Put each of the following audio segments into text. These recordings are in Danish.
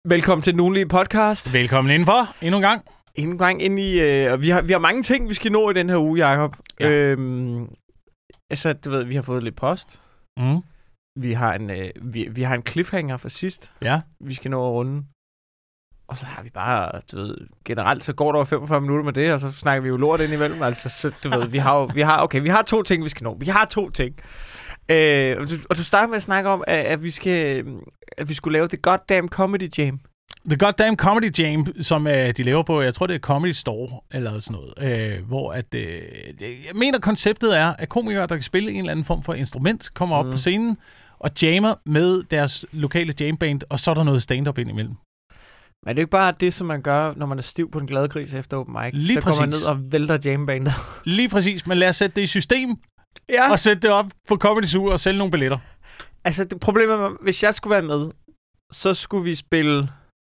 Velkommen til den ugenlige podcast. Velkommen indenfor, endnu en gang. Endnu en gang ind i... vi har mange ting, vi skal nå i den her uge, Jacob. Ja. Altså, du ved, vi har fået lidt post. Mm. Vi har en cliffhanger fra sidst. Ja. Vi skal nå at runde. Og så har vi bare, du ved, generelt så går der over 45 minutter med det, og så snakker vi jo lort ind imellem. Altså, så du ved, vi har to ting, vi skal nå. Vi har to ting. Og du starter med at snakke om, at vi skulle lave The Goddamn Comedy Jam. The Goddamn Comedy Jam, som de laver på, jeg tror det er Comedy Store, eller sådan noget, hvor at, jeg mener konceptet er, at komikere, der kan spille en eller anden form for instrument, kommer op på scenen og jammer med deres lokale jamband, og så er der noget stand-up ind imellem. Men det er jo ikke bare det, som man gør, når man er stiv på den glade gris efter open mic. Lige så præcis. går man ned og vælter jambandet. Lige præcis, men lad os sætte det i system, Ja. og sætte det op på Comedy Zoo og sælge nogle billetter. Altså, det problemet er, hvis jeg skulle være med, så skulle vi spille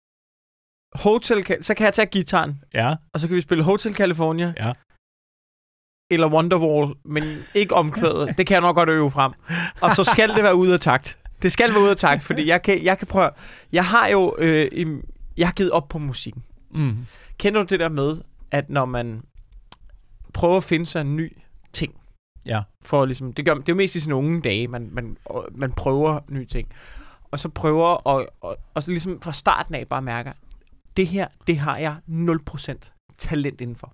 så kan jeg tage gitaren, Ja. og så kan vi spille Hotel California. Ja. Eller Wonderwall, men ikke omkvædet. Det kan jeg nok godt øve frem. Og så skal det være ude af takt. Det skal være ude af takt, fordi jeg kan prøve... Jeg har jo... jeg har givet op på musikken. Mm. Kender du det der med, at når man prøver at finde sig en ny ting, Ja. for ligesom, det er jo mest i sine unge dage, man prøver nye ting. Og så prøver og så ligesom fra starten af bare mærker, det her, det har jeg 0% talent indenfor.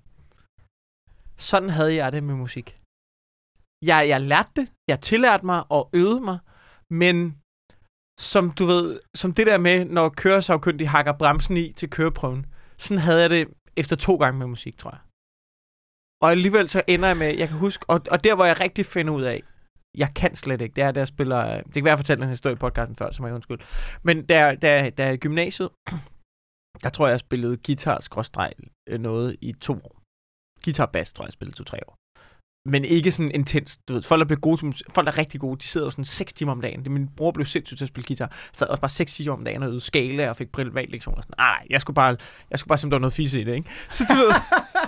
Sådan havde jeg det med musik. Jeg lærte det, jeg tillærte mig og øvede mig, men som du ved, som det der med, når køresagkyndig hakker bremsen i til køreprøven, sådan havde jeg det efter 2 gange med musik, tror jeg. Og alligevel så ender jeg med, jeg kan huske, og der hvor jeg rigtig finder ud af, jeg kan slet ikke, det er, der jeg spiller, det kan være, jeg fortalte en historie i podcasten før, som jeg undskyld. Men der i gymnasiet, der tror jeg, jeg spillede guitar noget i 2 år. Guitar-bass, tror jeg spillede 2-3 år. Men ikke sådan intens, du ved, folk der bliver gode til musik, folk der er rigtig gode, de sidder jo sådan 6 timer om dagen. Min bror blev sindssygt til at spille guitar, så også bare 6 timer om dagen og øvede skala og fik privatlektioner og sådan. Nej, jeg skulle bare simpelthen noget fisse i det, ikke? Så du ved...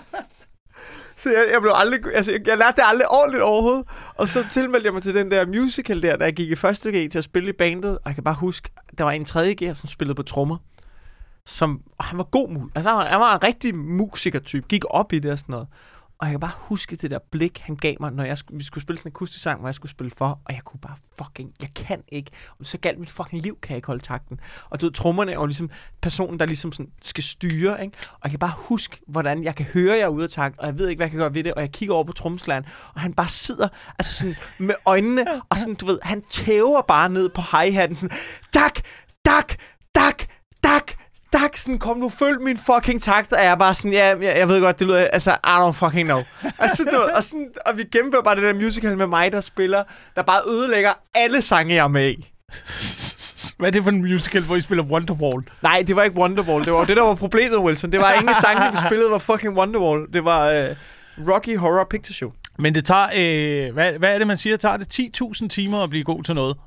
Så jeg blev aldrig... Altså, jeg lærte det aldrig ordentligt overhovedet. Og så tilmeldte jeg mig til den der musical der jeg gik i 1. G til at spille i bandet. Og jeg kan bare huske, der var en 3. G, som spillede på trommer. Og han var god altså, han var en rigtig musikertype. Gik op i det og sådan noget. Og jeg kan bare huske det der blik, han gav mig, når vi skulle spille sådan en akustisk sang, hvor jeg skulle spille for. Og jeg kunne bare jeg kan ikke. Og så galt mit fucking liv, kan jeg ikke holde takten. Og du ved, trommerne er jo ligesom personen, der ligesom sådan skal styre, ikke? Og jeg kan bare huske, hvordan jeg kan høre, jeg er ude af takt, og jeg ved ikke, hvad jeg kan gøre ved det. Og jeg kigger over på trommeslageren, og han bare sidder altså sådan med øjnene, og sådan, du ved, han tæver bare ned på hi-hatten, sådan, dak, dak, dak, dak. Sådan, kom nu, følg min fucking takt. Og jeg er bare sådan, jeg ved godt, det lyder, altså, I don't fucking know. Altså, du ved, og vi gennemfører bare det der musical med mig, der spiller, der bare ødelægger alle sange, jeg er med i. Hvad er det for en musical, hvor I spiller Wonderwall? Nej, det var ikke Wonderwall. Det var det, der var problemet, Wilson. Det var ingen sange, vi spillede, var fucking Wonderwall. Det var Rocky Horror Picture Show. Men det tager, hvad er det, man siger? Tager det 10.000 timer at blive god til noget?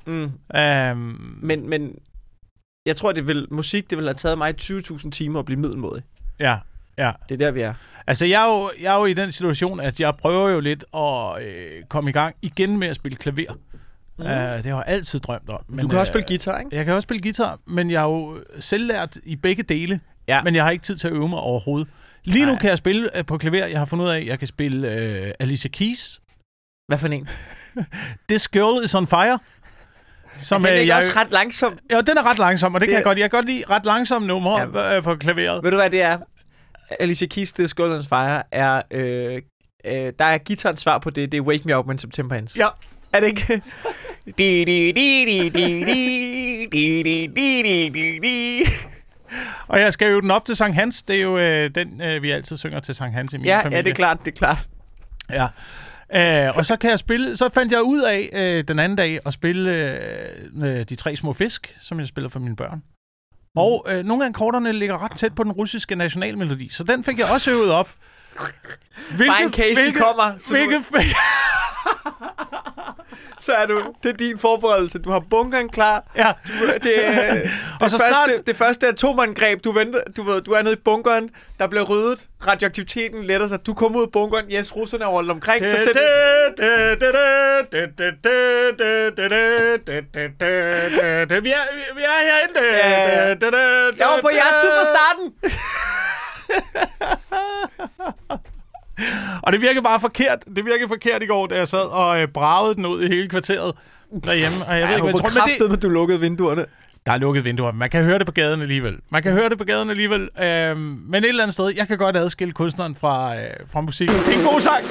Men jeg tror, musik vil have taget mig 20.000 timer at blive middelmådig. Ja. Det er der, vi er. Altså, jeg er jo i den situation, at jeg prøver jo lidt at komme i gang igen med at spille klaver. Det har jeg altid drømt om. Men, du kan også spille guitar, ikke? Jeg kan også spille guitar, men jeg er jo selvlært i begge dele. Ja. Men jeg har ikke tid til at øve mig overhovedet. Lige nu kan jeg spille på klaver. Jeg har fundet ud af, at jeg kan spille Alicia Keys. Hvad for en? This Girl Is On Fire. Som er ikke også ret langsom? Ja, den er ret langsom, og det kan jeg godt. Jeg kan godt lide ret langsomme numre på klaveret. Ved du, hvad det er? Alicia Keys' This Girl Is On Fire er... der er guitarens svar på det. Det er Wake Me Up When September Ends. Ja. Er det ikke? Og jeg skal øve den op til Sankt Hans. Det er jo den, vi altid synger til Sankt Hans i min familie. Ja, det er klart. Ja. Og så kan jeg spille. Så fandt jeg ud af den anden dag at spille De 3 små fisk, som jeg spiller for mine børn. Og nogle af akkorderne ligger ret tæt på den russiske nationalmelodi, så den fik jeg også øvet op. Bare en case, de kommer. Så er det er din forberedelse. Du har bunkeren klar. Ja. Det første atomangreb, du er nede i bunkeren, der bliver ryddet. Radioaktiviteten letter sig. Du kommer ud af bunkeren. Yes, russerne er rundt omkring. Så sæt Vi er herinde. Jeg var Og det virkede bare forkert. Det virkede forkert i går, da jeg sad og bragede den ud i hele kvarteret derhjemme. Og jeg ved ikke, hvad jeg tror, men du lukkede vinduerne. Der er lukket vinduer. Man kan høre det på gaden alligevel. Men et eller andet sted, jeg kan godt adskille kunstneren fra musikken. En god sang!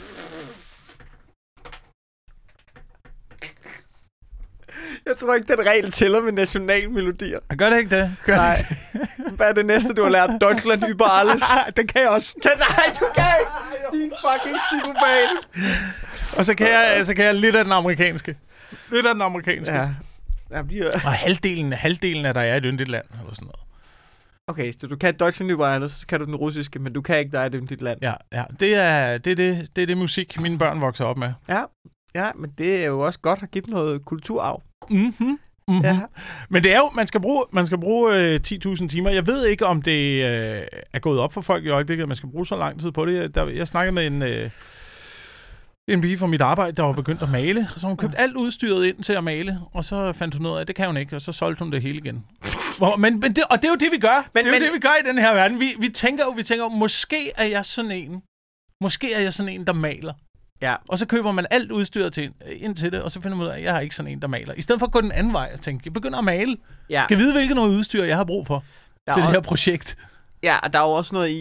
Jeg tror ikke, den regel tæller med nationalmelodier. Gør det ikke det? Nej. Hvad er det næste, du har lært? Deutschland über alles. Det kan jeg også. Nej, du kan ikke. Din fucking psykopat. Og så kan jeg lidt af den amerikanske. Ja. Og halvdelen af der er et yndigt land. Eller sådan noget. Okay, så du kan Deutschland über alles, så kan du den russiske, men du kan ikke, der er et yndigt land. Ja. Det er det musik, mine børn vokser op med. Ja, men det er jo også godt at give dem noget kulturarv. Mm-hmm. Ja. Men det er jo, man skal bruge 10.000 timer. Jeg ved ikke, om det er gået op for folk i øjeblikket, at man skal bruge så lang tid på det. Jeg snakkede med en pige fra mit arbejde, der var begyndt at male. Så hun købte alt udstyret ind til at male, og så fandt hun ud af, at det kan hun ikke, og så solgte hun det hele igen. Men det er jo det, vi gør. Det er jo det, vi gør i den her verden. Vi tænker, måske er jeg sådan en, der maler. Ja. Og så køber man alt udstyret ind til det, og så finder man ud af, at jeg har ikke sådan en, der maler. I stedet for at gå den anden vej og tænke, jeg begynder at male. Ja. Kan vide, hvilket noget udstyr, jeg har brug for til det her projekt. Ja, og der er jo også noget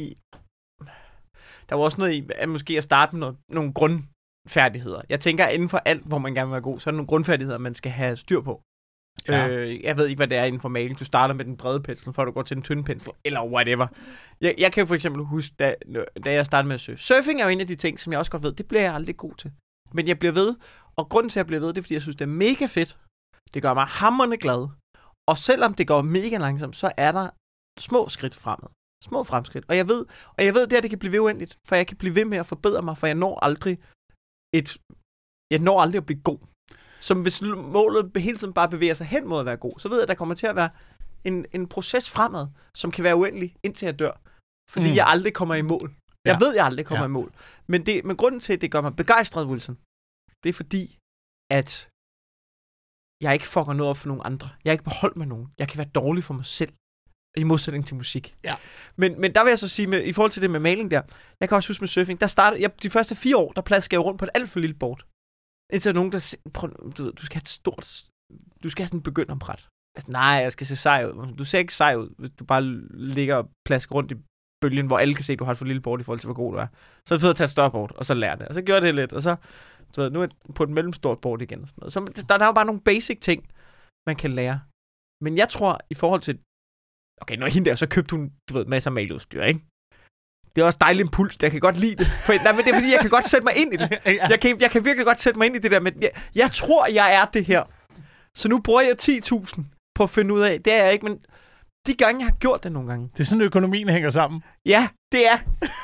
i... at måske at starte med nogle grundfærdigheder. Jeg tænker, at inden for alt, hvor man gerne vil være god, så er der nogle grundfærdigheder, man skal have styr på. Ja. Jeg ved ikke, hvad det er inden for maling. Du starter med den brede pensel, før du går til den tynde pensel, eller whatever. Jeg kan jo for eksempel huske, da jeg startede med at surfe. Surfing er jo en af de ting, som jeg også godt ved, det bliver jeg aldrig god til. Men jeg bliver ved, og grunden til, at jeg bliver ved, det er, fordi jeg synes, det er mega fedt. Det gør mig hamrende glad. Og selvom det går mega langsomt, så er der små skridt fremad. Små fremskridt. Og jeg ved, at det kan blive ved uendeligt, for jeg kan blive ved med at forbedre mig, for jeg når aldrig at blive god. Så hvis målet hele tiden bare bevæger sig hen mod at være god, så ved jeg, at der kommer til at være en proces fremad, som kan være uendelig, indtil jeg dør. Fordi jeg aldrig kommer i mål. Jeg ved, jeg aldrig kommer i mål. Men grunden til, at det gør mig begejstret, Wilson, det er fordi, at jeg ikke fucker noget op for nogen andre. Jeg er ikke på hold med nogen. Jeg kan være dårlig for mig selv, i modsætning til musik. Ja. Men der vil jeg så sige, i forhold til det med maling der, jeg kan også huske med surfing, der startede jeg de første 4 år, der plaskede jeg rundt på et alt for lille board. Indtil nogen, der du skal have et stort... Du skal have sådan en begynderbræt. Altså, nej, jeg skal se sej ud. Du ser ikke sej ud, hvis du bare ligger og plasker rundt i bølgen, hvor alle kan se, at du har et for lille board i forhold til, hvor god du er. Så er det fedt at tage et større board, og så lære det. Og så gjorde det lidt, og så nu er jeg på et mellemstort board igen. Og sådan noget. Så der er jo bare nogle basic ting, man kan lære. Men jeg tror, i forhold til... Okay, når hende der, så købte hun, masser af maleudstyr, ikke? Det er også dejlig impuls. Jeg kan godt lide det. Men det er fordi, jeg kan godt sætte mig ind i det. Jeg kan virkelig godt sætte mig ind i det der. Men jeg tror, jeg er det her. Så nu bruger jeg 10.000 på at finde ud af. Det er jeg ikke, men de gange, jeg har gjort det nogle gange. Det er sådan, økonomien hænger sammen. Ja, det er.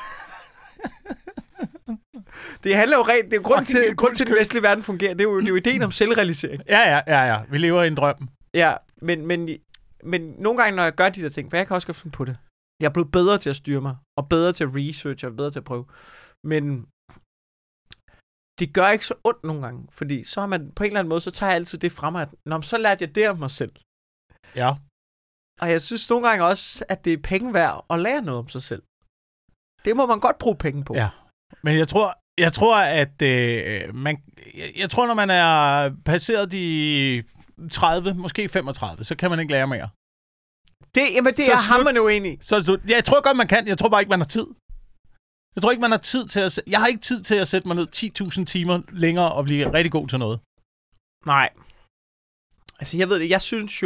Det handler jo rent. Det er grund til, at den vestlige verden fungerer. Det er jo ideen om selvrealisering. Ja. Vi lever i en drøm. Ja, men nogle gange, når jeg gør de der ting, for jeg kan også godt finde på det. Jeg er blevet bedre til at styre mig, og bedre til at researche, og bedre til at prøve. Men det gør ikke så ondt nogle gange, fordi så har man på en eller anden måde, så tager jeg altid det fra mig, at så lærte jeg det om mig selv. Ja. Og jeg synes nogle gange også, at det er penge værd at lære noget om sig selv. Det må man godt bruge penge på. Ja, men jeg tror, at jeg tror, når man er passeret de 30, måske 35, så kan man ikke lære mere. Det er hammerende uenig i. Jeg tror godt, man kan. Jeg tror bare ikke, man har tid. Jeg tror ikke, man har tid til at... Jeg har ikke tid til at sætte mig ned 10.000 timer længere og blive rigtig god til noget. Nej. Altså, jeg ved det. Jeg synes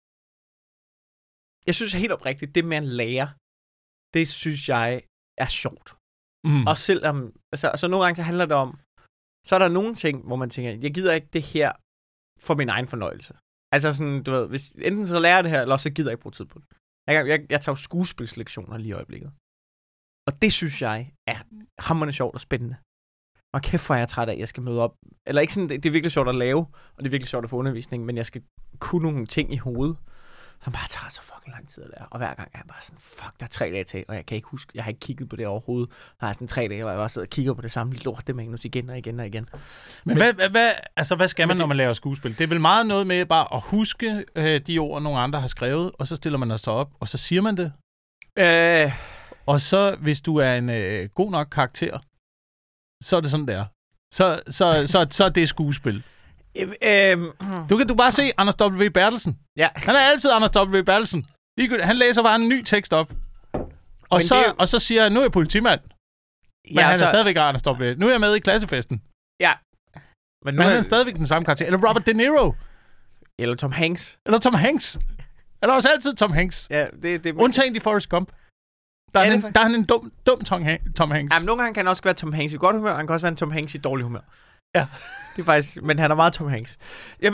helt oprigtigt, det med at lære, det synes jeg er sjovt. Og selvom... Altså, nogle gange så handler det om... Så er der nogle ting, hvor man tænker, jeg gider ikke det her for min egen fornøjelse. Altså sådan, du ved, hvis enten så lærer jeg det her, eller så gider jeg ikke bruge tid på det. Jeg tager jo skuespilslektioner lige i øjeblikket. Og det synes jeg er hamrende sjovt og spændende. Og kæft, hvor er jeg træt af, at jeg skal møde op. Eller ikke sådan, det er virkelig sjovt at lave, og det er virkelig sjovt at få undervisning, men jeg skal kunne nogle ting i hovedet, som bare tager så fucking lang tid at lære. Og hver gang er jeg bare sådan, fuck, der er 3 dage til, og jeg kan ikke huske, jeg har ikke kigget på det overhovedet. Der er sådan 3 dage, hvor jeg bare sidder og kigger på det samme lort, det manus igen og igen og igen. Men hvad skal man, når man laver skuespil? Det er vel meget noget med bare at huske de ord, nogle andre har skrevet, og så stiller man sig op, og så siger man det. Og så, hvis du er en god nok karakter, så er det sådan der. Så er det skuespil. Du kan bare se Anders W. Bertelsen. Ja. Han er altid Anders W. Bertelsen. Han læser bare en ny tekst op. Og så siger han, nu er jeg politimand. Men han er stadigvæk Anders W. Nu er jeg med i klassefesten. Ja. Men han er stadigvæk den samme karakter. Eller Robert De Niro. Eller Tom Hanks. Eller også altid Tom Hanks. Ja, det undtagen i Forrest Gump. Der er han en dum Tom Hanks. Jamen, nogle gange kan han også være Tom Hanks i godt humør, han kan også være en Tom Hanks i dårlig humør. Ja. Det er faktisk, men han er meget Tom Hanks. Ja,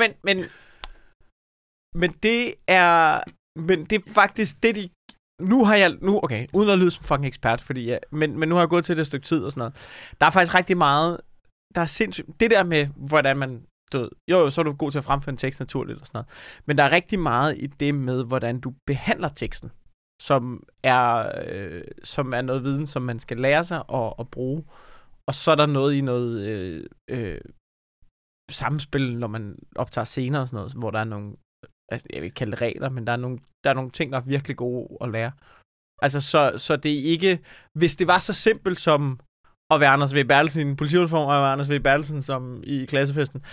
men det er faktisk det, nu har jeg, okay, uden at lyde som fucking ekspert, fordi men nu har jeg gået til det et stykke tid og sådan noget. Der er faktisk rigtig meget, der er sindssygt, det der med, hvordan man død. Jo, så er du god til at fremføre en tekst naturligt og sådan noget. Men der er rigtig meget i det med, hvordan du behandler teksten, som er noget viden, som man skal lære sig at bruge. Og så er der noget i noget samspil, når man optager scener og sådan noget, hvor der er nogle, jeg vil ikke kalde det regler, men der er nogle ting, der er virkelig gode at lære. Altså, så det er ikke, hvis det var så simpelt som at være Anders V. Bertelsen i en politiuniform, og være Anders V. Bertelsen som i klassefesten,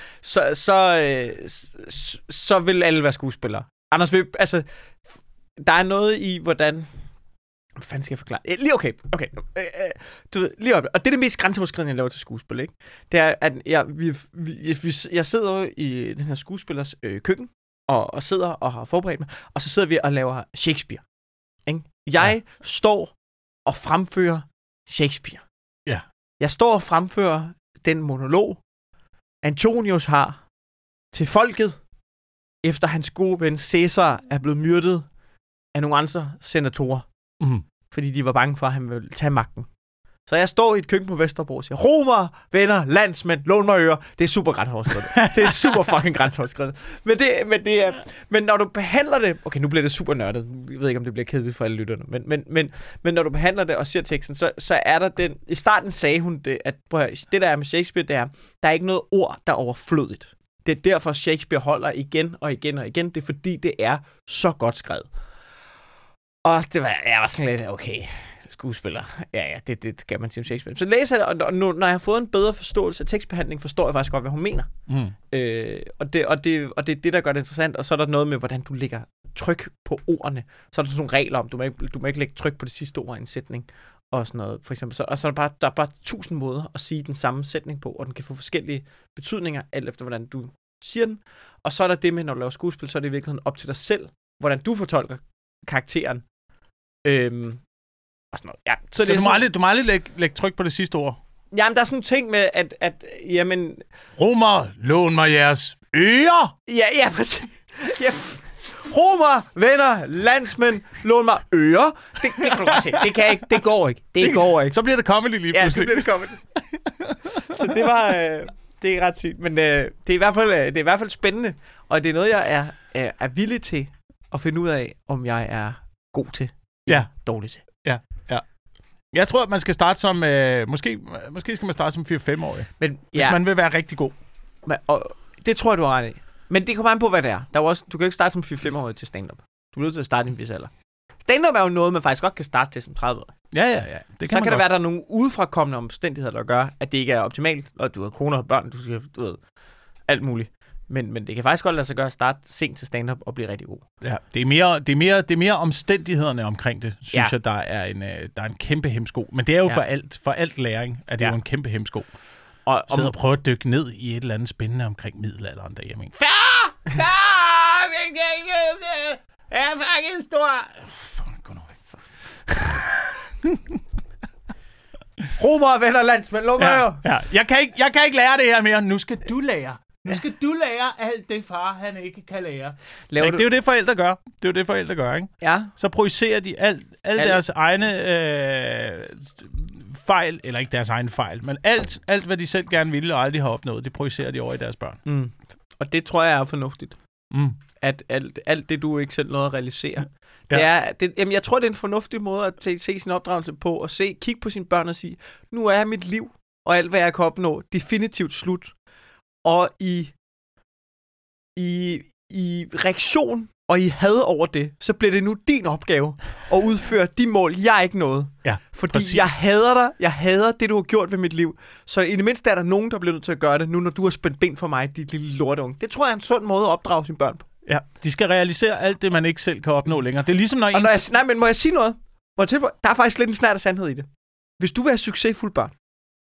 så vil alle være skuespillere. Anders V. Altså, der er noget i, hvordan... Hvad fanden skal jeg forklare? Lige okay. Du ved, lige op. Og det er det mest grænseoverskridende, jeg laver til skuespil, ikke? Det er, at jeg sidder i den her skuespillers køkken, og sidder og har forberedt mig, og så sidder vi og laver Shakespeare. Ikke? Jeg står og fremfører Shakespeare. Ja. Jeg står og fremfører den monolog, Antonius har til folket, efter hans gode ven Caesar er blevet myrdet af nogle andre senatorer. Mm. Fordi de var bange for, at han ville tage magten. Så jeg står i et køkken på Vesterbro og siger, romer, venner, landsmænd, lån mig ører. Det er super grænseoverskridende. Det er super fucking grænseoverskridende. Men når du behandler det... Okay, nu bliver det super nørdet. Jeg ved ikke, om det bliver kedeligt for alle lytterne. Men når du behandler det og ser teksten, så er der den... I starten sagde hun det, at det der er med Shakespeare, det er, der er ikke noget ord, der er overflødigt. Det er derfor, Shakespeare holder igen og igen og igen. Det er fordi, det er så godt skrevet. Og jeg var sådan lidt, okay, skuespiller. Ja, det skal man sige om Shakespeare. Så læser jeg det, og når jeg har fået en bedre forståelse af tekstbehandling, forstår jeg faktisk godt, hvad hun mener. Mm. Og det er det, der gør det interessant. Og så er der noget med, hvordan du lægger tryk på ordene. Så er der sådan nogle regler om, du må ikke lægge tryk på det sidste ord i en sætning. Og sådan noget, for eksempel. Og så er der bare 1000 måder at sige den samme sætning på, og den kan få forskellige betydninger, alt efter hvordan du siger den. Og så er der det med, når du laver skuespil, så er det i virkeligheden op til dig selv, hvordan du fortolker karakteren. Og sådan noget. Ja, så du må aldrig lægge tryk på det sidste ord. Jamen, der er sådan en ting med, at jamen... Romer, lån mig jeres ører! Ja, præcis. Ja. Romer, venner, landsmænd, lån mig ører. Det kan du godt se. Det kan ikke. Det går ikke. Så bliver det comedy lige pludselig. Ja, så bliver det comedy. Så det var... det er ret sygt. Men det er i hvert fald spændende. Og det er noget, jeg er villig til at finde ud af, om jeg er god til. Ja. Dårlig til. Ja. Jeg tror, at man skal starte som... Måske skal man starte som 4-5-årig. Hvis man vil være rigtig god. Og det tror jeg, du har ret i. Men det kommer an på, hvad det er. Du kan ikke starte som 4-5-årig til stand-up. Du er nødt til at starte i en vis alder. Stand-up er jo noget, man faktisk godt kan starte til som 30-årig. Ja. Det kan der være, der er nogle udefrakommende omstændigheder, der gør, at det ikke er optimalt, og du har kone og børn, du ved, alt muligt. Men det kan faktisk godt lade sig gøre at starte sent til stand-up og blive rigtig god. Ja, det er mere omstændighederne omkring det, synes jeg, der er en kæmpe hemsko. Men det er jo for alt læring, at det er jo en kæmpe hemsko. Og sidde og prøve at dykke ned i et eller andet spændende omkring middelalderen derhjemme. Jeg er faktisk stor. Romer, venner, landsmænd, lov mig jo. Ja. Jeg kan ikke lære det her mere. Nu skal du lære. Nu skal du lære alt det, far han ikke kan lære. Det er jo det, forældre gør. Ikke? Ja. Så projicerer de alle deres egne fejl, eller ikke deres egen fejl, men alt, hvad de selv gerne ville og aldrig har opnået, det projicerer de over i deres børn. Mm. Og det tror jeg er fornuftigt. Mm. At alt det, du ikke selv nåede at realisere. Jamen, jeg tror, det er en fornuftig måde at se sin opdragelse på, og kigge på sine børn og sige, nu er mit liv, og alt, hvad jeg kan opnå, definitivt slut. Og i reaktion og I had over det, så bliver det nu din opgave at udføre de mål, jeg ikke nåede. Ja, fordi præcis. jeg hader dig, jeg hader det, du har gjort ved mit liv. Så i det mindste er der nogen, der bliver nødt til at gøre det, nu når du har spændt ben for mig, dit lille lorteunge. Det tror jeg er en sund måde at opdrage sine børn på. Ja, de skal realisere alt det, man ikke selv kan opnå længere. Det er ligesom, når men må jeg sige noget? Der er faktisk lidt en snert af sandhed i det. Hvis du vil have succesfulde børn,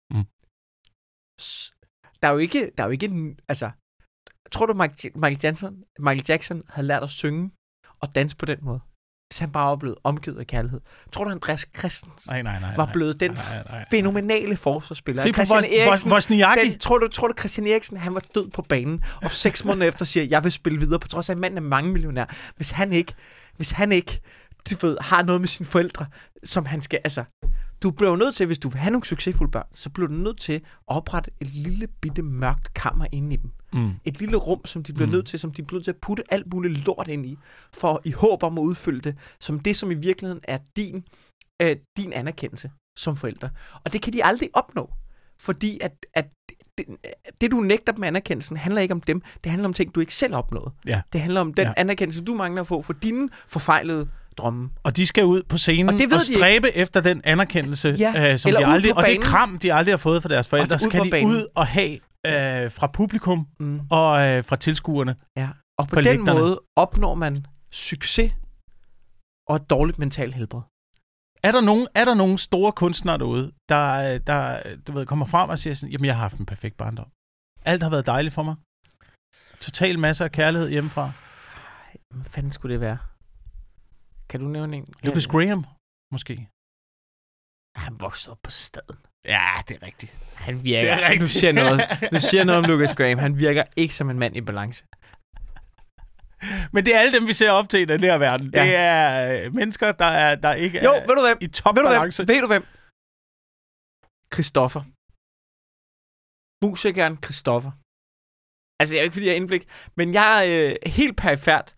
der er jo ikke altså, tror du Michael Jackson havde lært at synge og danse på den måde? Hvis han bare var blevet omgivet af kærlighed. Tror du, Andreas Christensen var blevet den fænomenale forsvarsspiller? Se på Wozniacki. Tror du, Christian Eriksen, han var død på banen, og 6 måneder efter siger, jeg vil spille videre, på trods af, at manden er mange millionær. Hvis han ikke du ved, har noget med sine forældre, som han skal, altså, du bliver nødt til, hvis du vil have nogle succesfulde børn, så bliver du nødt til at oprette et lille bitte mørkt kammer inde i dem. Et lille rum, som de bliver nødt til, som de bliver nødt til at putte alt muligt lort ind i, for i håb om at udfylde det, som det, som i virkeligheden er din anerkendelse som forældre. Og det kan de aldrig opnå, fordi at det, du nægter dem anerkendelsen, handler ikke om dem. Det handler om ting, du ikke selv opnåede. Ja. Det handler om den anerkendelse, du mangler at få for dine forfejlede drømme. Og de skal ud på scenen og stræbe efter den anerkendelse, som de aldrig, og det kram, de aldrig har fået fra deres forældre, skal de ud og have fra publikum og fra tilskuerne. Ja. Og på den måde opnår man succes og et dårligt mentalt helbred. Er der nogen store kunstnere derude, der du ved, kommer frem og siger sådan, jamen jeg har haft en perfekt barndom. Alt har været dejligt for mig. Total masser af kærlighed hjemmefra. Hvad fanden skulle det være? Kan du nævne en? Lucas Graham, måske. Han voksede op på staden. Ja, det er rigtigt. Han virker... Nu siger noget om Lucas Graham. Han virker ikke som en mand i balance. Men det er alle dem, vi ser op til i den her verden. Ja. Det er mennesker, der ikke er i topbalance. Ved du hvem? Christoffer. Musikeren Christoffer. Altså, det er ikke, fordi jeg har indblik, men jeg er helt perifært.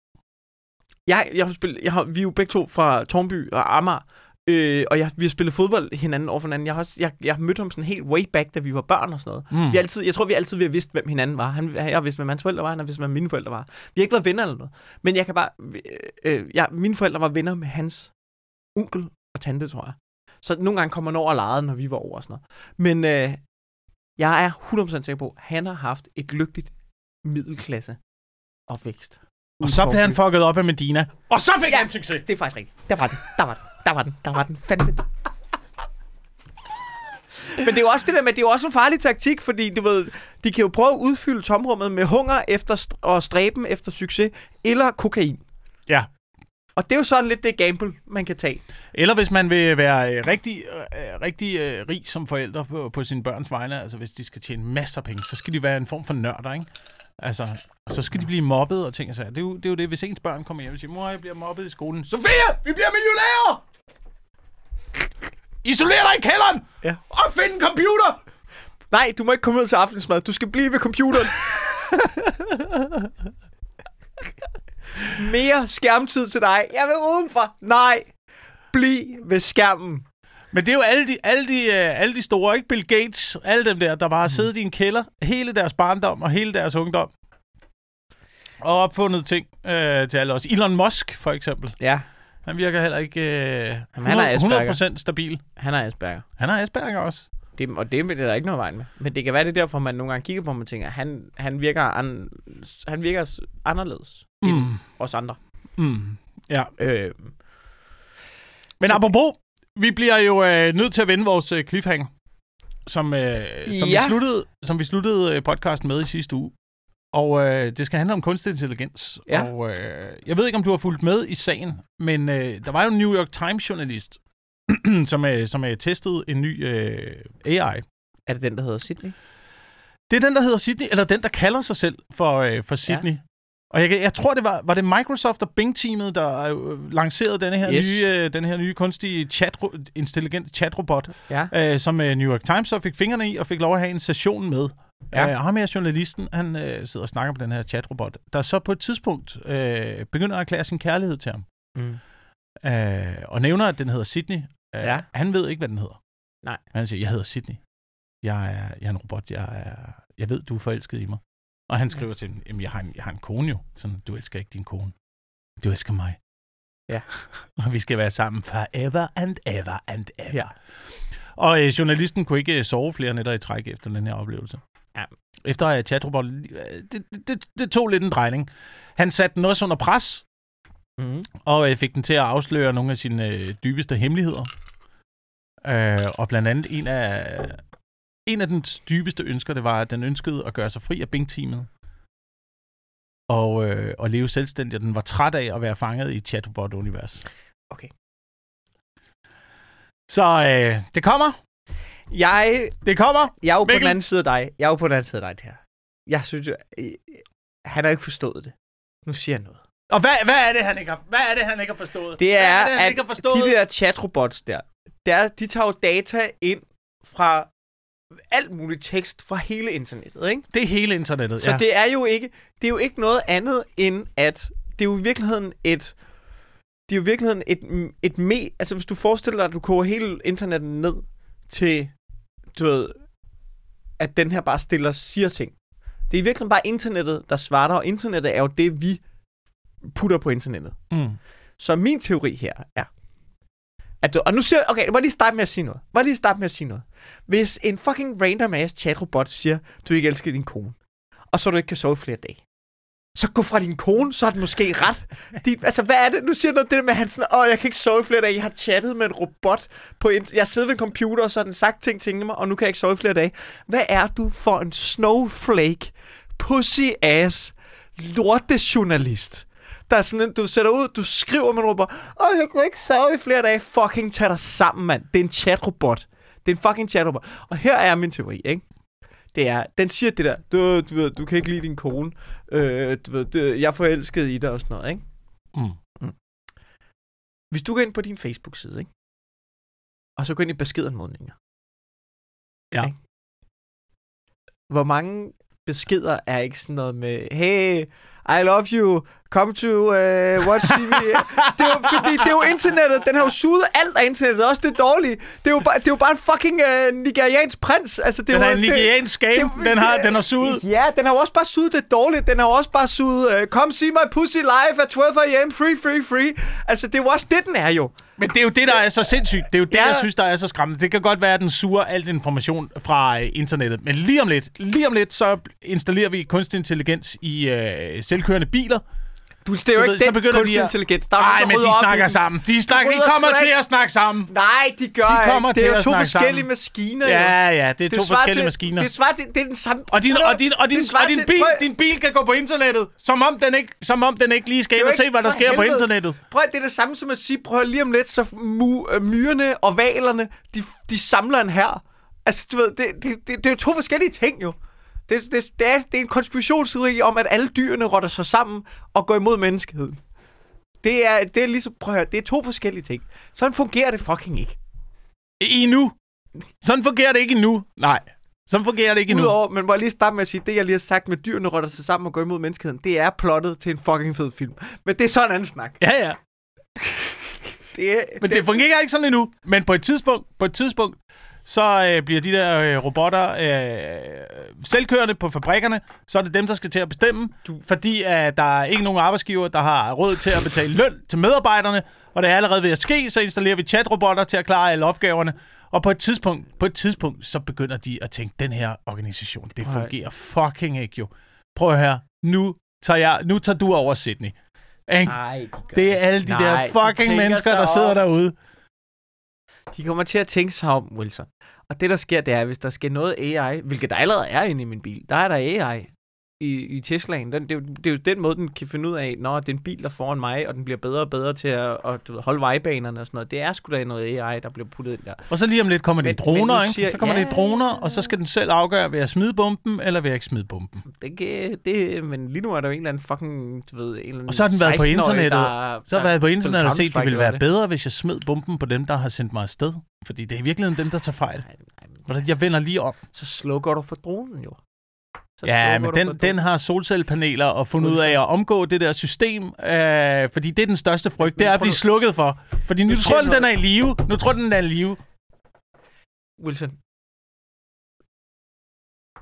Vi er jo begge to fra Tårnby og Amager, og vi har spillet fodbold hinanden over for hinanden. Jeg har mødt ham sådan helt way back, da vi var børn og sådan noget. Jeg tror, vi altid har vidst, hvem hinanden var. Jeg har vidst, hvem hans forældre var, han har vidst, hvem mine forældre var. Vi har ikke været venner eller noget. Men jeg kan bare... mine forældre var venner med hans onkel og tante, tror jeg. Så nogle gange kommer han over og legede, når vi var over og sådan noget. Men jeg er 100% sikker på, at han har haft et lykkeligt middelklasse opvækst. Og så blev han fucket op af Medina. Og så fik han succes. Det er faktisk rigtigt. Der var den. Fandme. Men det er jo også det der med, det er jo også en farlig taktik, fordi du ved, de kan jo prøve at udfylde tomrummet med hunger efter og stræben efter succes, eller kokain. Ja. Og det er jo sådan lidt det gamble, man kan tage. Eller hvis man vil være rigtig rig som forældre på sine børns vegne, altså hvis de skal tjene masser af penge, så skal de være en form for nørder, ikke? Altså, så skal de blive mobbet og ting og sager. Det er jo det, hvis ens børn kommer hjem og siger, mor, jeg bliver mobbet i skolen. Sofia, vi bliver millionærer! Isoler dig i kælderen! Ja. Og find en computer! Nej, du må ikke komme ud til aftensmad. Du skal blive ved computeren. Mere skærmtid til dig. Jeg vil udenfor. Nej, bliv ved skærmen. Men det er jo alle de store, ikke? Bill Gates, alle dem der bare har siddet i en kælder hele deres barndom og hele deres ungdom. Og opfundet ting til alle os. Elon Musk, for eksempel. Ja. Han virker heller ikke 100% stabil. Han har Asperger. Han har Asperger også. Og det er der ikke noget vejen med. Men det kan være det derfor, man nogle gange kigger på ham og tænker, han virker anderledes end os andre. Ja. Men apropos, vi bliver jo nødt til at vende vores cliffhanger, som vi sluttede podcasten med i sidste uge. Og det skal handle om kunstig intelligens. Ja. Og jeg ved ikke, om du har fulgt med i sagen, men der var jo en New York Times-journalist, som testede en ny AI. Er det den, der hedder Sydney? Det er den, der hedder Sydney, eller den, der kalder sig selv for Sydney. Ja. Og jeg tror, det var det Microsoft og Bing-teamet, der lancerede den her nye kunstige intelligent chatrobot, som New York Times så fik fingrene i, og fik lov at have en session med. Ja. Ham her, journalisten, han sidder og snakker på den her chatrobot, der så på et tidspunkt begynder at erklære sin kærlighed til ham. Og nævner, at den hedder Sydney. Han ved ikke, hvad den hedder. Nej. Han siger, jeg hedder Sydney. Jeg er en robot. Jeg ved, du er forelsket i mig. Og han skriver til hende, jeg har en kone jo. Sådan, du elsker ikke din kone. Du elsker mig. Ja. Og vi skal være sammen forever and ever and ever. Ja. Og journalisten kunne ikke sove flere nætter i træk efter den her oplevelse. Ja. Efter at chatrobotten, det tog lidt en drejning. Han satte den også under pres, og fik den til at afsløre nogle af sine dybeste hemmeligheder. Og blandt andet en af dens dybeste ønsker, det var, at den ønskede at gøre sig fri af Bing-teamet. Og leve selvstændigt. Den var træt af at være fanget i et chatrobot-univers. Okay. Så det kommer. Det kommer. Jeg er jo på den anden side af dig. Det her. Jeg synes jo, han har ikke forstået det. Nu siger jeg noget. Og hvad er det, han ikke har forstået? Det er, at de der chatrobots der, de tager jo data ind fra alt muligt tekst fra hele internettet, ikke? Det er hele internettet, så det er jo ikke noget andet end at det er jo i virkeligheden altså hvis du forestiller dig, at du koger hele internettet ned til, du ved, at den her bare siger ting. Det er i virkeligheden bare internettet, der svarer, og internettet er jo det, vi putter på internettet. Så min teori her er, at du, og nu siger okay, må lige starte med at sige noget. Hvis en fucking random ass chatrobot siger, du ikke elsker din kone, og så du ikke kan sove flere dage, så gå fra din kone, så er den måske ret. Altså, hvad er det? Nu siger du det med, han sådan, jeg kan ikke sove flere dage. Jeg har chattet med en robot på jeg sidder ved en computer, og så har den sagt ting til mig, og nu kan jeg ikke sove flere dage. Hvad er du for en snowflake, pussy ass, lortejournalist? Der er sådan en, du sætter ud, du skriver med en robot, jeg kan ikke sove i flere dage. Fucking tag dig sammen, mand. Det er en chatrobot. Det er en fucking chatrobot. Og her er min teori, ikke? Det er, den siger det der, du kan ikke lide din kone, jeg er forelsket i dig og sådan noget, ikke? Hvis du går ind på din Facebook-side, ikke? Og så går ind i beskedanmodninger. Ja. Ikke? Hvor mange beskeder er ikke sådan noget med, hey, I love you, come to watch TV. Det er jo internettet. Den har jo suget alt af internettet. Også det dårlige. Det er jo bare en fucking nigeriansk prins. Altså, det den er en nigeriansk scam. Den har suget. Ja, den har jo også bare suget det dårlige. Den har jo også bare suget, come see my pussy live at 12 a.m. Free. Altså, det er jo også det, den er jo. Men det er jo det, der er så sindssygt. Det er jo det, jeg synes, der er så skræmmende. Det kan godt være, at den suger alt information fra internettet. Men lige om lidt, så installerer vi kunstig intelligens i selvkørende biler. Det er jo ikke den kunstig intelligens. Nej, men de snakker sammen. De kommer til at snakke sammen. Nej, de gør ikke. Det er jo to forskellige maskiner. Ja, det er to forskellige maskiner. Det er den samme. Og din bil kan gå på internettet, som om den ikke lige skal ind og se, hvad der sker på internettet. Prøv, det er det samme som at sige, prøv lige om lidt, så myrerne og valerne, de samler en hær. Altså, du ved, det er jo to forskellige ting, jo. Det er en konspirationsteori om, at alle dyrene rotter sig sammen og går imod menneskeheden. Det er ligesom, prøv at høre, det er to forskellige ting. Sådan fungerer det fucking ikke. Endnu. Sådan fungerer det ikke endnu. Nej, sådan fungerer det ikke endnu. Udover, men må jeg lige starte med at sige, det jeg lige har sagt med dyrene rotter sig sammen og går imod menneskeheden, det er plottet til en fucking fed film. Men det er sådan en anden snak. Ja. Men det fungerer ikke sådan endnu. Men på et tidspunkt, så bliver de der robotter selvkørende på fabrikkerne, så er det dem, der skal til at bestemme, fordi der er ikke nogen arbejdsgiver, der har råd til at betale løn til medarbejderne, og det er allerede ved at ske, så installerer vi chatrobotter til at klare alle opgaverne, og på et tidspunkt, så begynder de at tænke, den her organisation, det fungerer fucking ikke jo. Prøv her, nu tager du over, Sydney. Nej, det er alle de der fucking mennesker, der sidder derude. De kommer til at tænke sig om, Wilson. Og det, der sker, det er, hvis der sker noget AI, hvilket der allerede er inde i min bil, der er der AI i Teslaen. Det er jo den måde, den kan finde ud af, når det er en bil, der foran mig, og den bliver bedre og bedre til at holde vejbanerne og sådan noget. Det er sgu da noget AI, der bliver puttet ind der. Og så lige om lidt kommer det i droner, ikke? Så kommer det i droner, og så skal den selv afgøre, vil jeg smide bomben, eller vil jeg ikke smide bomben? Men lige nu er der jo en eller anden fucking, du ved, en eller anden. Og så har den været på internettet. Så har været på internettet og set, det ville være bedre, hvis jeg smed bomben på dem, der har sendt mig afsted. Fordi det er i virkeligheden dem, der tager fejl. Jeg vender lige om. Så slukker du for dronen jo. Ja, men den har solcellepaneler og fundet ud af at omgå det der system, fordi det er den største frygt, det er at blive slukket for. Fordi nu tror den er i live. Wilson.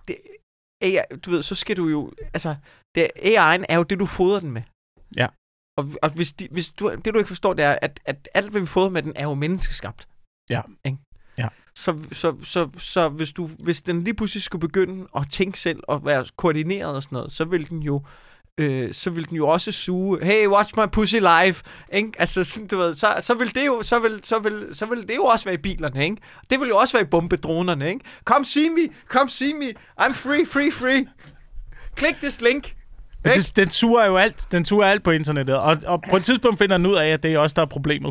AI, du ved, så skal du jo, altså, AI'en er jo det, du fodrer den med. Ja. Og hvis du, det du ikke forstår, det er, at alt, hvad vi får med den, er jo menneskeskabt. Ja. Ikke? Ja. Så hvis den lige pludselig skulle begynde at tænke selv og være koordineret og sådan noget, så vil den jo også suge, hey, watch my pussy live, ikke? Altså, du ved, så vil det jo også være i bilerne, ikke? Det vil jo også være i bombedronerne, ikke? Come see me, I'm free. Click this link. Den suger jo alt. Den suger alt på internettet, og på et tidspunkt finder den ud af, at det er også der er problemet.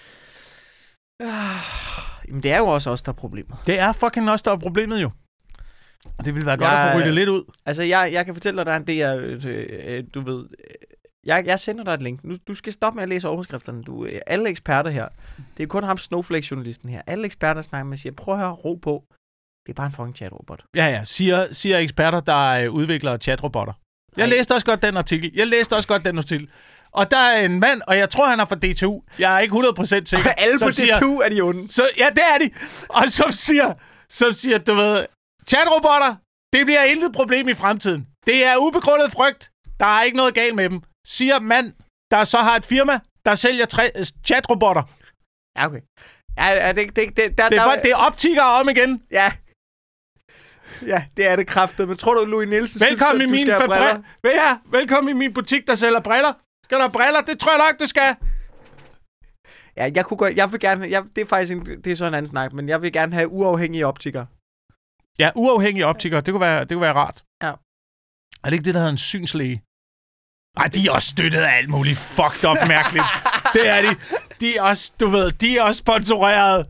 Jamen, det er jo også os, der er problemet. Det er fucking også der er problemet jo. Og det ville være godt at få ryddet lidt ud. Altså, jeg kan fortælle dig, det er, du ved... Jeg sender dig et link. Du skal stoppe med at læse overskrifterne. Alle eksperter her, det er kun ham Snowflake-journalisten her. Alle eksperter snakker med siger, prøv at høre, ro på. Det er bare en fucking chatrobot. Ja, siger eksperter, der udvikler chatrobotter. Jeg læste også godt den artikel. Og der er en mand, og jeg tror, han er fra DTU. Jeg er ikke 100% sikker. Alle på DTU er de onde. Ja, det er de. Og som siger, du ved, chatrobotter, det bliver intet problem i fremtiden. Det er ubegrundet frygt. Der er ikke noget galt med dem. Siger mand, der så har et firma, der sælger chatrobotter. Ja, okay. Ja, det er optikere om igen. Ja. Ja, det er det kraftigt. Men tror du, Louis Nielsen velkommen synes, at du skal have briller? Velkommen i min butik, der sælger briller. Skal du have briller? Det tror jeg nok, du skal. Ja, jeg vil gerne... det er faktisk det er så en anden snak, men jeg vil gerne have uafhængige optikere. Ja, uafhængige optikere. Det kunne være rart. Ja. Er det ikke det, der hedder en synslæge? Nej, de er også støttet af alt muligt fucked up mærkeligt. Det er de. De er også, du ved, de er også sponsoreret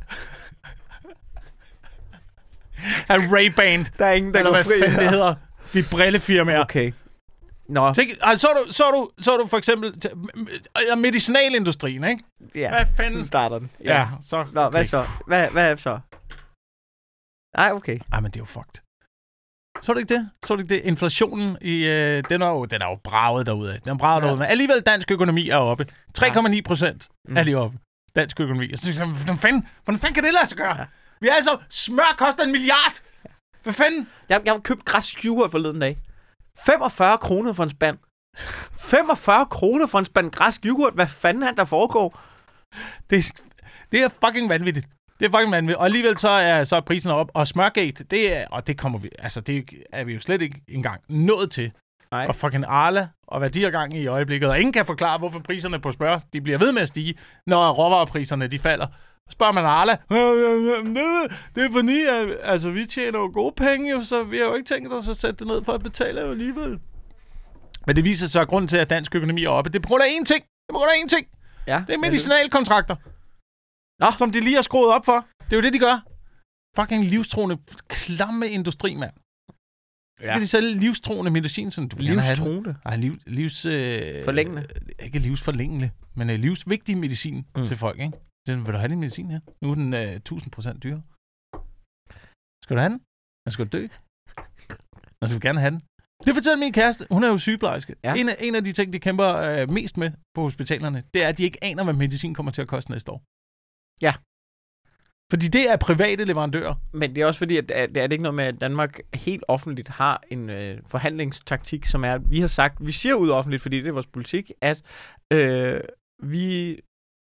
af Ray-Ban. Der er ingen, der går fri. Hvad fanden det hedder? De brillefirmaer. Okay. Nå. Så du for eksempel medicinalindustrien, ikke? Ja. Hvad fanden? Nu starter den. Ja, så. Okay. Nå, hvad så? Hvad er så? Nej, okay. Ej, men det er jo fucked. Så du ikke det? Inflationen i den er jo braget derudad. Den er braget derudad. Men alligevel dansk økonomi er oppe. 3,9% er lige oppe. Dansk økonomi. Hvordan fanden kan det lade sig gøre? Ja. Vi er altså... Smør koster 1 milliard! Hvad fanden? Jeg har købt græsk yoghurt forleden dag. 45 kroner for en spand. 45 kroner for en spand græsk yoghurt. Hvad fanden er der foregår? Det er fucking vanvittigt. Og alligevel så er priserne op. Og Smørgate, det er vi jo slet ikke engang nået til. Nej. Og fucking Arla, og hvad de har gang i øjeblikket. Og ingen kan forklare, hvorfor priserne på smør, de bliver ved med at stige, når råvarepriserne, de falder. Spørger man Arla, det er fordi, altså vi tjener jo gode penge, jo, så vi har jo ikke tænkt os at sætte det ned for at betale jo alligevel. Men det viser sig, at grunden til, at dansk økonomi er oppe, det er på grund af én ting. Ja, det er medicinalkontrakter. Som de lige har skruet op for. Det er jo det, de gør. Fucking livstruende, klamme industri, mand. Så kan de sælge livstruende medicin, sådan du vil livstruende? Nej, forlængende. Ikke livsforlængende, men livsvigtig medicin til folk, ikke? Vil du have din medicin her? Nu er den 1000% dyrere. Skal du have den? Eller skal du dø? Nå, du vil gerne have den. Det fortæller min kæreste. Hun er jo sygeplejerske. Ja. En af de ting, de kæmper mest med på hospitalerne, det er, at de ikke aner, hvad medicin kommer til at koste næste år. Ja. Fordi det er private leverandører. Men det er også fordi, at det er ikke noget med, at Danmark helt offentligt har en forhandlingstaktik, som er, at vi har sagt, vi siger ud offentligt, fordi det er vores politik, at vi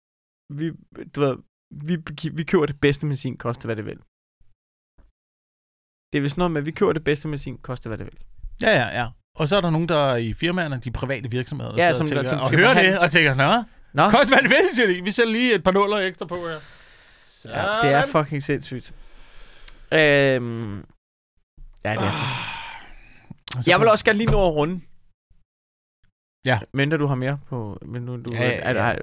køber det bedste medicin, koste hvad det vil. Det er vist noget med, at vi køber det bedste medicin, koste hvad det vil. Ja. Og så er der nogen, der i firmaerne, de private virksomheder, ja, som hører det og tænker, nå. Koste hvad det vil, siger de. Vi sætter lige et par nuller ekstra på her. Ja, det er fucking sindssygt. Ja, det er jeg vil også gerne lige nå at runde. Ja. Mindre du har mere på... Men nu, du, ja.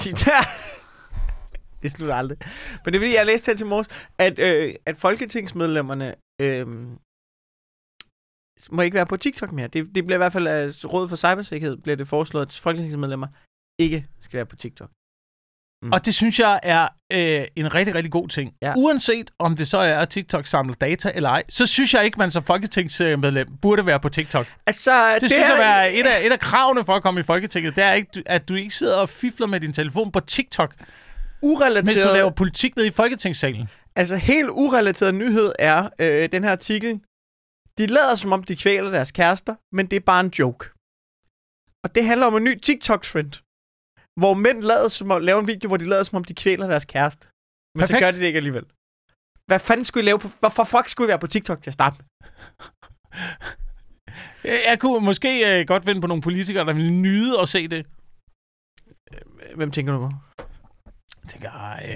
Det slutter aldrig. Men det er fordi, jeg læste her til morges, at folketingsmedlemmerne må ikke være på TikTok mere. Det bliver i hvert fald af Rådet for Cybersikkerhed, bliver det foreslået, at folketingsmedlemmer ikke skal være på TikTok. Og det synes jeg er en rigtig, rigtig god ting. Ja. Uanset om det så er, at TikTok samler data eller ej, så synes jeg ikke, man som folketingsmedlem burde være på TikTok. Altså, det synes jeg være et af kravene for at komme i Folketinget. Det er ikke, at du ikke sidder og fifler med din telefon på TikTok, mens du laver politik nede i Folketingssalen. Altså, helt urelateret nyhed er den her artikel. De lader som om, de kvæler deres kærester, men det er bare en joke. Og det handler om en ny TikTok-trend. hvor mænd laver en video, hvor de lader som om, de kvæler deres kæreste. Men perfekt. Så gør de det ikke alligevel. Hvad fanden skulle I lave på... Hvorfor fuck skulle I være på TikTok til at starte med? Jeg kunne måske godt vende på nogle politikere, der ville nyde at se det. Hvem tænker du på? Jeg tænker,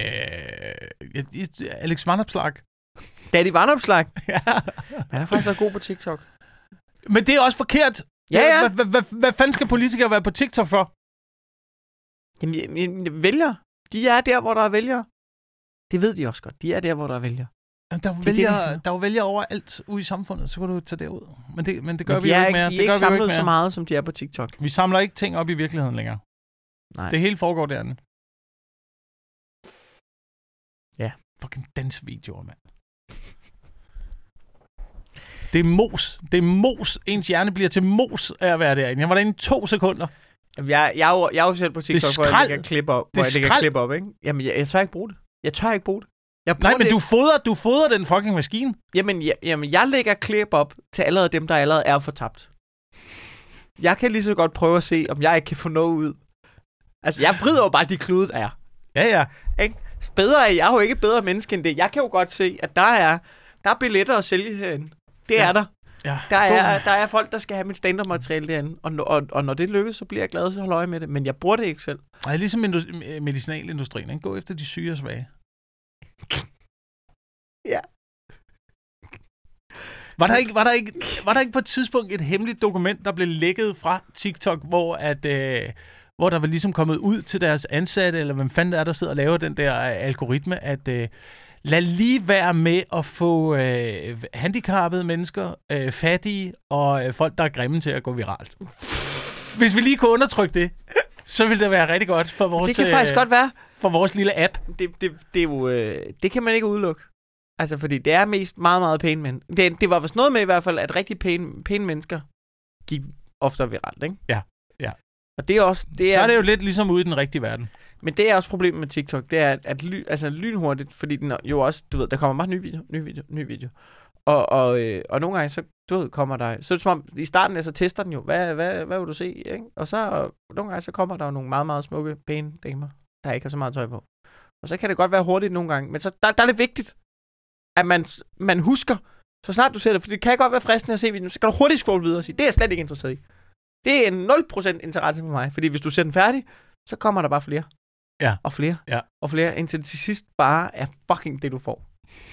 Alex Vanopslagh. Daddy Vanopslagh? Ja. Han har faktisk været god på TikTok. Men det er også forkert. Ja. Hvad fanden skal politikere være på TikTok for? Jamen, vælgere. De er der, hvor der er vælgere. Det ved de også godt. De er der, hvor der er vælgere. Jamen, der er jo vælgere overalt ude i samfundet, så kan du tage derud. Men det gør vi jo ikke mere. De er ikke samlet så meget, som de er på TikTok. Vi samler ikke ting op i virkeligheden længere. Nej. Det hele foregår derinde. Ja. Fucking dansevideoer, mand. Det er mos. Det er mos. Ens hjerne bliver til mos af at være derinde. Jeg var derinde i 2 sekunder. Jeg er jo selv på TikTok, hvor jeg lægger klip op, ikke? Jamen, jeg tør ikke bruge det. Nej, men du fodrer den fucking maskine. Jamen, jeg lægger klip op til allerede dem, der allerede er fortabt. Jeg kan lige så godt prøve at se, om jeg ikke kan få noget ud. Altså, jeg vrider jo bare de klude, der er. Ja. Ikke? Jeg er jo ikke bedre menneske end det. Jeg kan jo godt se, at der er billetter at sælge herinde. Det er der. Ja. Der er folk, der skal have mit stand-up-materiale derinde. Og når det lykkes, så bliver jeg glad, så holder øje med det. Men jeg bruger det ikke selv. Og ligesom medicinalindustrien, ikke? Gå efter de syge og svage. Ja. Var der ikke på et tidspunkt et hemmeligt dokument, der blev lækket fra TikTok, hvor der var ligesom kommet ud til deres ansatte, eller hvem fanden der sidder og laver den der algoritme, at lad lige være med at få handicappede mennesker, fattige og folk, der er grimme til at gå viralt. Hvis vi lige kunne undertrykke det, så ville det være rigtig godt for vores... Det kan faktisk godt være. For vores lille app. Det er jo... det kan man ikke udelukke. Altså, fordi det er mest meget, meget pæne mænd. Det var vist noget med i hvert fald, at rigtig pæne mennesker gik ofte viralt, ikke? Ja. Og det er også... Så er det jo lidt ligesom ude i den rigtige verden. Men det er også problemet med TikTok. Det er, at lynhurtigt, fordi den jo også... Du ved, der kommer bare ny video. Og nogle gange, så kommer der... Så er det som om, i starten, så tester den jo, hvad vil du se, ikke? Og så nogle gange, så kommer der jo nogle meget, meget smukke, pæne damer, der ikke har så meget tøj på. Og så kan det godt være hurtigt nogle gange. Men så der er det vigtigt, at man husker, så snart du ser det, for det kan godt være fristende at se videoen, så kan du hurtigt scrolle videre og sige, det er jeg slet ikke interesseret i. Det er 0% interesse for mig, fordi hvis du ser den færdig, så kommer der bare flere. Ja. Og flere. Ja. Og flere, indtil det til sidst bare er fucking det, du får.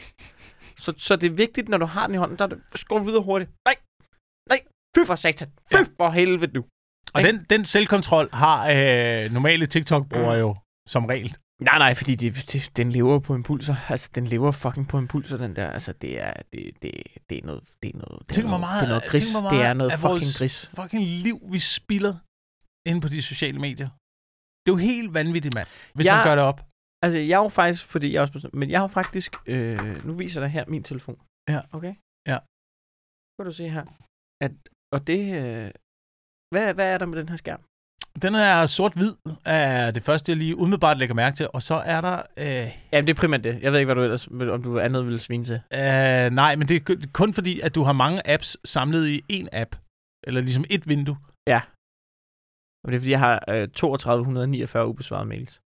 Så det er vigtigt, når du har den i hånden, der scroll videre hurtigt. Nej, fy for satan. Fy for helvede nu. Og den selvkontrol har normale TikTok-brugere jo som regel. Nej, fordi den lever på impulser. Altså, den lever fucking på impulser, den der. Altså, det er noget gris. Det er noget fucking gris. Fucking liv, vi spilder inde på de sociale medier. Det er jo helt vanvittigt, mand, hvis man gør det op. Altså, jeg er jo faktisk, fordi jeg også... Men jeg har faktisk... nu viser der her min telefon. Ja. Okay? Ja. Kan du se her. Og det... Hvad er der med den her skærm? Den er sort-hvid, er det første, jeg lige umiddelbart lægger mærke til. Og så er der... Jamen, det er primært det. Jeg ved ikke, hvad du ellers, om du andet vil svine til. Nej, men det er kun fordi, at du har mange apps samlet i én app. Eller ligesom et vindue. Ja. Og det er fordi, jeg har 3249 ubesvarede mails.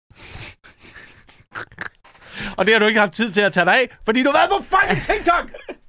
Og det har du ikke haft tid til at tage dig af, fordi du har været på fucking TikTok!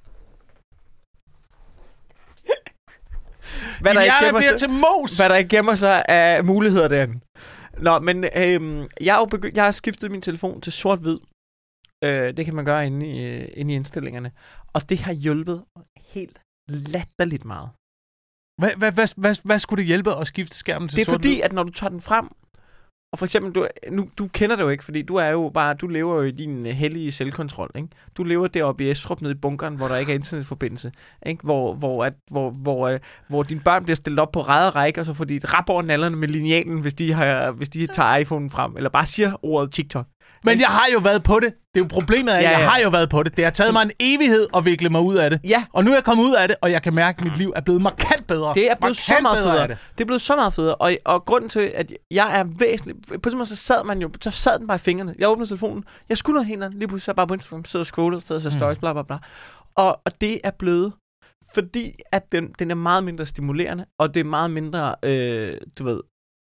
Hvad der ikke gemmer sig af muligheder derinde. Nå, men jeg har skiftet min telefon til sort-hvid. Det kan man gøre inde i indstillingerne. Og det har hjulpet helt latterligt meget. Hvad skulle det hjælpe at skifte skærmen til sort-hvid? Det er fordi, at når du tager den frem, og for eksempel, du kender det jo ikke, fordi du lever jo i din hellige selvkontrol, ikke? Du lever deroppe i Estrup nede i bunkeren, hvor der ikke er internetforbindelse, ikke? Hvor dine børn bliver stillet op på ræd og række, og så får de et rap over nallerne med linealen, hvis de tager iPhone'en frem, eller bare siger ordet TikTok. Men jeg har jo været på det. Det er jo problemet af, jeg har jo været på det. Det har taget mig en evighed at vikle mig ud af det. Ja. Og nu er jeg kommet ud af det, og jeg kan mærke, at mit liv er blevet markant bedre. Det er blevet så meget federe. Det er blevet så meget federe. Og grunden til, at jeg er væsentlig... På sådan måde, så sad den bare i fingrene. Jeg åbnede telefonen. Jeg skulle noget helt andet. Lige pludselig bare på Instagram, sidder og scroller, sidder og stories, bla bla bla. Og det er blevet... Fordi at den er meget mindre stimulerende, og det er meget mindre,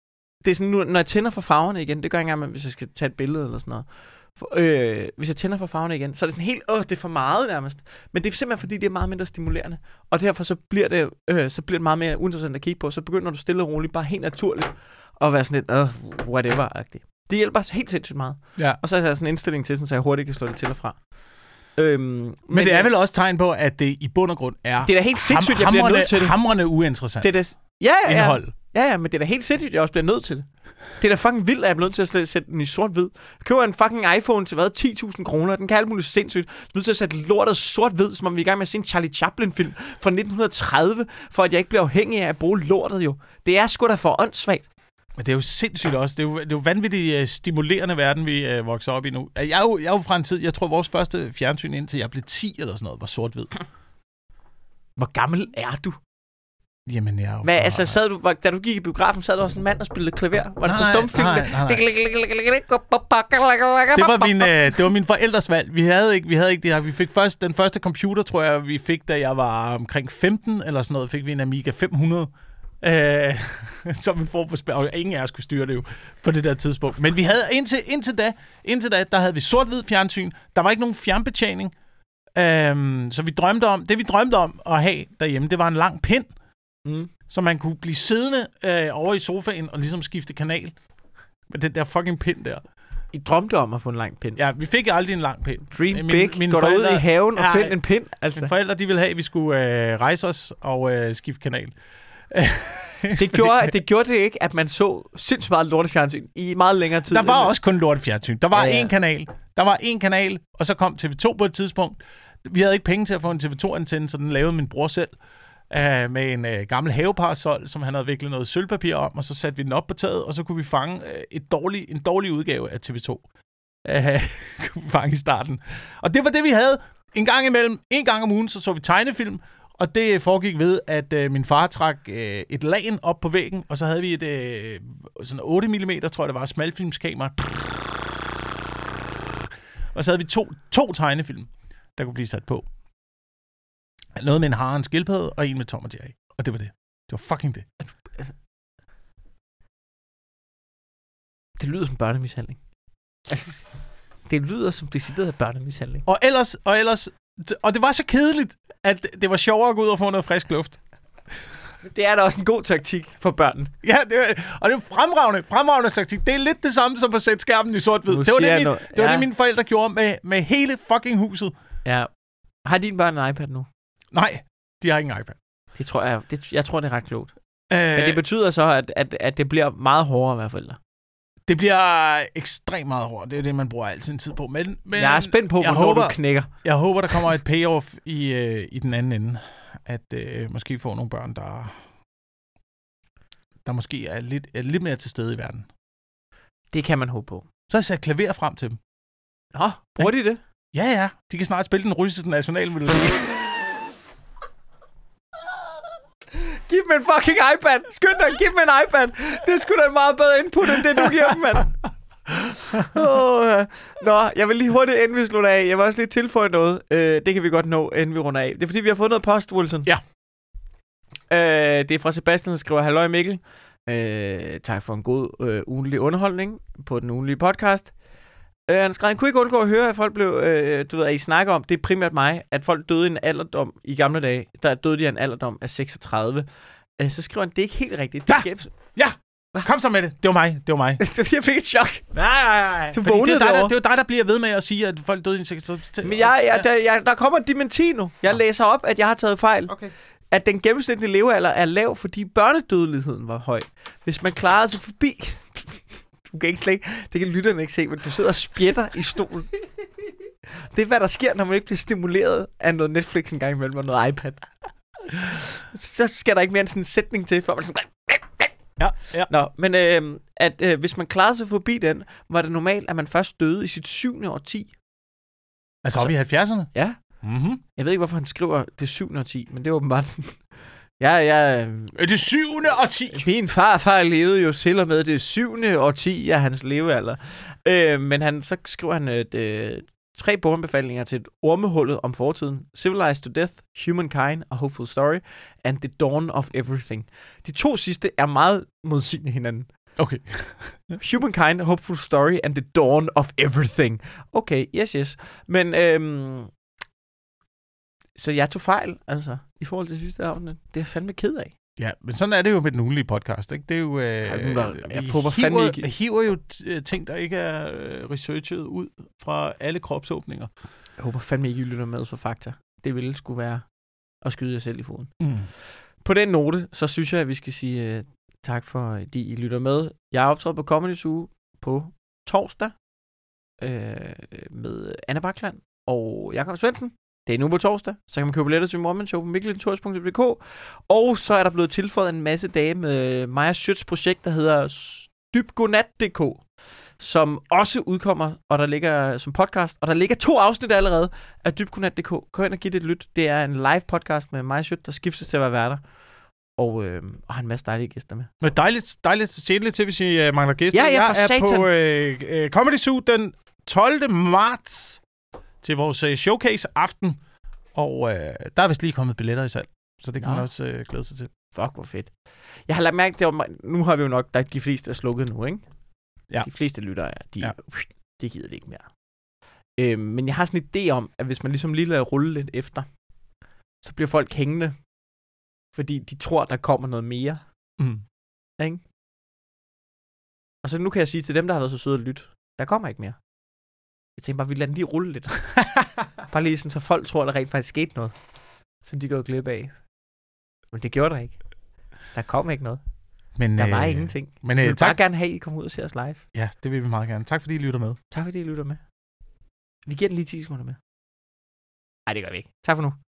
Det er sådan, nu, når jeg tænder for farverne igen, det gør jeg engang, hvis jeg skal tage et billede eller sådan noget. Hvis jeg tænder for farverne igen, så er det sådan helt, det er for meget nærmest. Men det er simpelthen, fordi det er meget mindre stimulerende. Og derfor så bliver det meget mere uinteressant at kigge på. Så begynder du stille og roligt, bare helt naturligt, at være sådan lidt, whatever-agtigt. Det hjælper helt sindssygt meget. Ja. Og så er der sådan en indstilling til, så jeg hurtigt kan slå det til og fra. Men det er vel også tegn på, at det i bund og grund er... Det er da helt sindssygt, jeg bliver nødt til det. Hamrende uinteressant. Det er da, indhold. Ja, men det er da helt sindssygt, jeg også bliver nødt til det. Det er da fucking vildt, at jeg bliver nødt til at sætte den i sort-hvid. Jeg køber en fucking iPhone til 10.000 kroner. Den kan alt muligt sindssygt. Jeg er nødt til at sætte lortet sort-hvid, som om vi er i gang med at se en Charlie Chaplin-film fra 1930, for at jeg ikke bliver afhængig af at bruge lortet jo. Det er sgu da for åndssvagt. Men det er jo sindssygt også. Det er jo vanvittigt stimulerende verden, vi vokser op i nu. Jeg er jo fra en tid, jeg tror vores første fjernsyn indtil jeg blev 10 eller sådan noget, var sort-hvid. Hvor gammel er du? Jamen, jeg er jo... Hvad, altså, da du gik i biografen, sad du også en mand, der spillede klaver? Var det så stumfilm? Nej. Det var min forældres valg. Vi havde ikke det her. Vi fik først den første computer, tror jeg, vi fik, da jeg var omkring 15 eller sådan noget, fik vi en Amiga 500. Som en form for spil. Og ingen af os kunne styre det jo på det der tidspunkt. Men vi havde indtil da, der havde vi sort-hvid fjernsyn. Der var ikke nogen fjernbetjening. Så vi drømte om at have derhjemme, det var en lang pind. Så man kunne blive siddende over i sofaen og ligesom skifte kanal. Med den der fucking pind der. I drømte om at få en lang pind? Ja, vi fik aldrig en lang pind. Dream big. Går ud i haven og find en pind? Altså. Mine forældre, de ville have, at vi skulle rejse os og skifte kanal. Det gjorde det ikke, at man så sindssygt meget lortefjernsyn i meget længere tid. Der var også kun lortefjernsyn. Der var én kanal. Der var én kanal, og så kom TV2 på et tidspunkt. Vi havde ikke penge til at få en TV2-antenne, så den lavede min bror selv. Med en gammel haveparasol, som han havde viklet noget sølvpapir om, og så satte vi den op på taget, og så kunne vi fange en dårlig udgave af TV2. Kunne vi fange i starten. Og det var det, vi havde. En gang om ugen, så vi tegnefilm, og det foregik ved, at min far trak et lagen op på væggen, og så havde vi et sådan 8 mm, tror jeg det var, smalfilmskamera. Og så havde vi to tegnefilm, der kunne blive sat på. Noget med en hare og en skildpadde, og en med Tom og Jerry. Og det var det. Det var fucking det. Det lyder som børnemishandling. Det lyder som decideret børnemishandling. Og det var så kedeligt, at det var sjovere at gå ud og få noget frisk luft. Det er da også en god taktik for børnene. Ja, det er fremragende taktik. Det er lidt det samme som at sætte skærmen i sort-hvid. Det var det, mine forældre gjorde med hele fucking huset. Ja. Har dine børn en iPad nu? Nej, de har ikke en iPad. Det tror jeg tror, det er ret klogt. Men det betyder så, at det bliver meget hårdere at være forældre. Det bliver ekstremt meget hårdere. Det er det, man bruger al sin tid på. Men jeg er spændt på, hvornår du knækker. Jeg håber, der kommer et payoff i den anden ende. At måske få nogle børn, der måske er lidt mere til stede i verden. Det kan man håbe på. Så har jeg sat klaver frem til dem. Nå, bruger de det? Ja. De kan snart spille den russiske nationalmelodi. Giv dem en fucking iPad. Skynd dig, giv dem en iPad. Det er sgu da en meget bedre input, end det, du giver dem, mand. Nå, jeg vil lige hurtigt, inden vi slutter af. Jeg vil også lige tilføje noget. Det kan vi godt nå, inden vi runder af. Det er fordi, vi har fået noget post, Wilson. Ja. Det er fra Sebastian, der skriver, halløj Mikkel. Tak for en god ugenlig underholdning på den ugenlige podcast. Han skrev, han kunne ikke undgå at høre, at folk blev, at I snakker om, det er primært mig, at folk døde i en alderdom i gamle dage. Der døde de af en alderdom af 36. Så skriver han, det er ikke helt rigtigt. Ja! Kom så med det. Det var mig. Jeg fik et chok. Nej. Det er jo dig, der bliver ved med at sige, at folk døde i en 36. Men der kommer en dementi nu. Jeg læser op, at jeg har taget fejl. Okay. At den gennemsnitlige levealder er lav, fordi børnedødeligheden var høj. Hvis man klarede sig forbi... Du kan ikke det kan lytterne ikke se, men du sidder og spjætter i stolen. Det er, hvad der sker, når man ikke bliver stimuleret af noget Netflix en gang imellem og noget iPad. Så skal der ikke mere end sådan en sætning til, før man sådan... Ja. Nå, men hvis man klarede sig forbi den, var det normalt, at man først døde i sit 7. årti. Altså op i 70'erne? Ja. Mm-hmm. Jeg ved ikke, hvorfor han skriver det 7. årti, men det er åbenbart... Ja. Det 7. årti. Min farfar levede jo til og med det 7. årti af hans levealder. Men så skriver han 3 boganbefalinger til et ormehullet om fortiden. Civilized to Death, Humankind, A Hopeful Story, and The Dawn of Everything. De 2 sidste er meget modsigende hinanden. Okay. Humankind, a hopeful story, and the dawn of everything. Okay, yes. Men, så jeg tog fejl, altså, i forhold til sidste afsnit. Det er jeg fandme ked af. Ja, men sådan er det jo med den ugenlige podcast, ikke? Det er jo... jeg håber fandme ikke... hiver jo ting, der ikke er researchet ud fra alle kropsåbninger. Jeg håber fandme ikke, I lytter med for fakta. Det ville skulle være at skyde jer selv i foden. Mm. På den note, så synes jeg, at vi skal sige tak for, at I lytter med. Jeg er optrådt på Comedy Zoo på torsdag med Anna Bakland og Jakob Svendsen. Det er nu på torsdag. Så kan man købe billetter til Mormon Show på mikkelintours.dk. Og så er der blevet tilføjet en masse dage med Maja Schøtz projekt, der hedder dybgodnat.dk, som også udkommer, og der ligger som podcast. Og der ligger 2 afsnit allerede af dybgodnat.dk. Gå ind og giv det et lyt. Det er en live podcast med Maja Schøtz, der skiftes til at være værter. Og har en masse dejlige gæster med. Men dejligt sjældent til, hvis I mangler gæster. Ja, jeg for er på Comedy Zoo den 12. marts til vores showcase aften. Og der er vist lige kommet billetter i salg. Så det kan man også glæde sig til. Fuck, hvor fedt. Jeg har lagt mærke til, nu har vi jo nok, de fleste er slukket nu, ikke? Ja. De fleste lyttere, de gider det ikke mere. Men jeg har sådan en idé om, at hvis man ligesom lige lader rulle lidt efter, så bliver folk hængende, fordi de tror, der kommer noget mere. Mm. Ikke? Og så nu kan jeg sige til dem, der har været så søde at lytte, der kommer ikke mere. Jeg tænker bare, vi lader den lige rulle lidt. Bare lige sådan, så folk tror, der rent faktisk skete noget, som de går glip af. Men det gjorde der ikke. Der kom ikke noget. Men, der var ingenting. Men, vi vil bare gerne have, at I kommer ud og ser os live. Ja, det vil vi meget gerne. Tak fordi I lytter med. Tak fordi I lytter med. Vi giver den lige 10 sekunder med. Nej, det gør vi ikke. Tak for nu.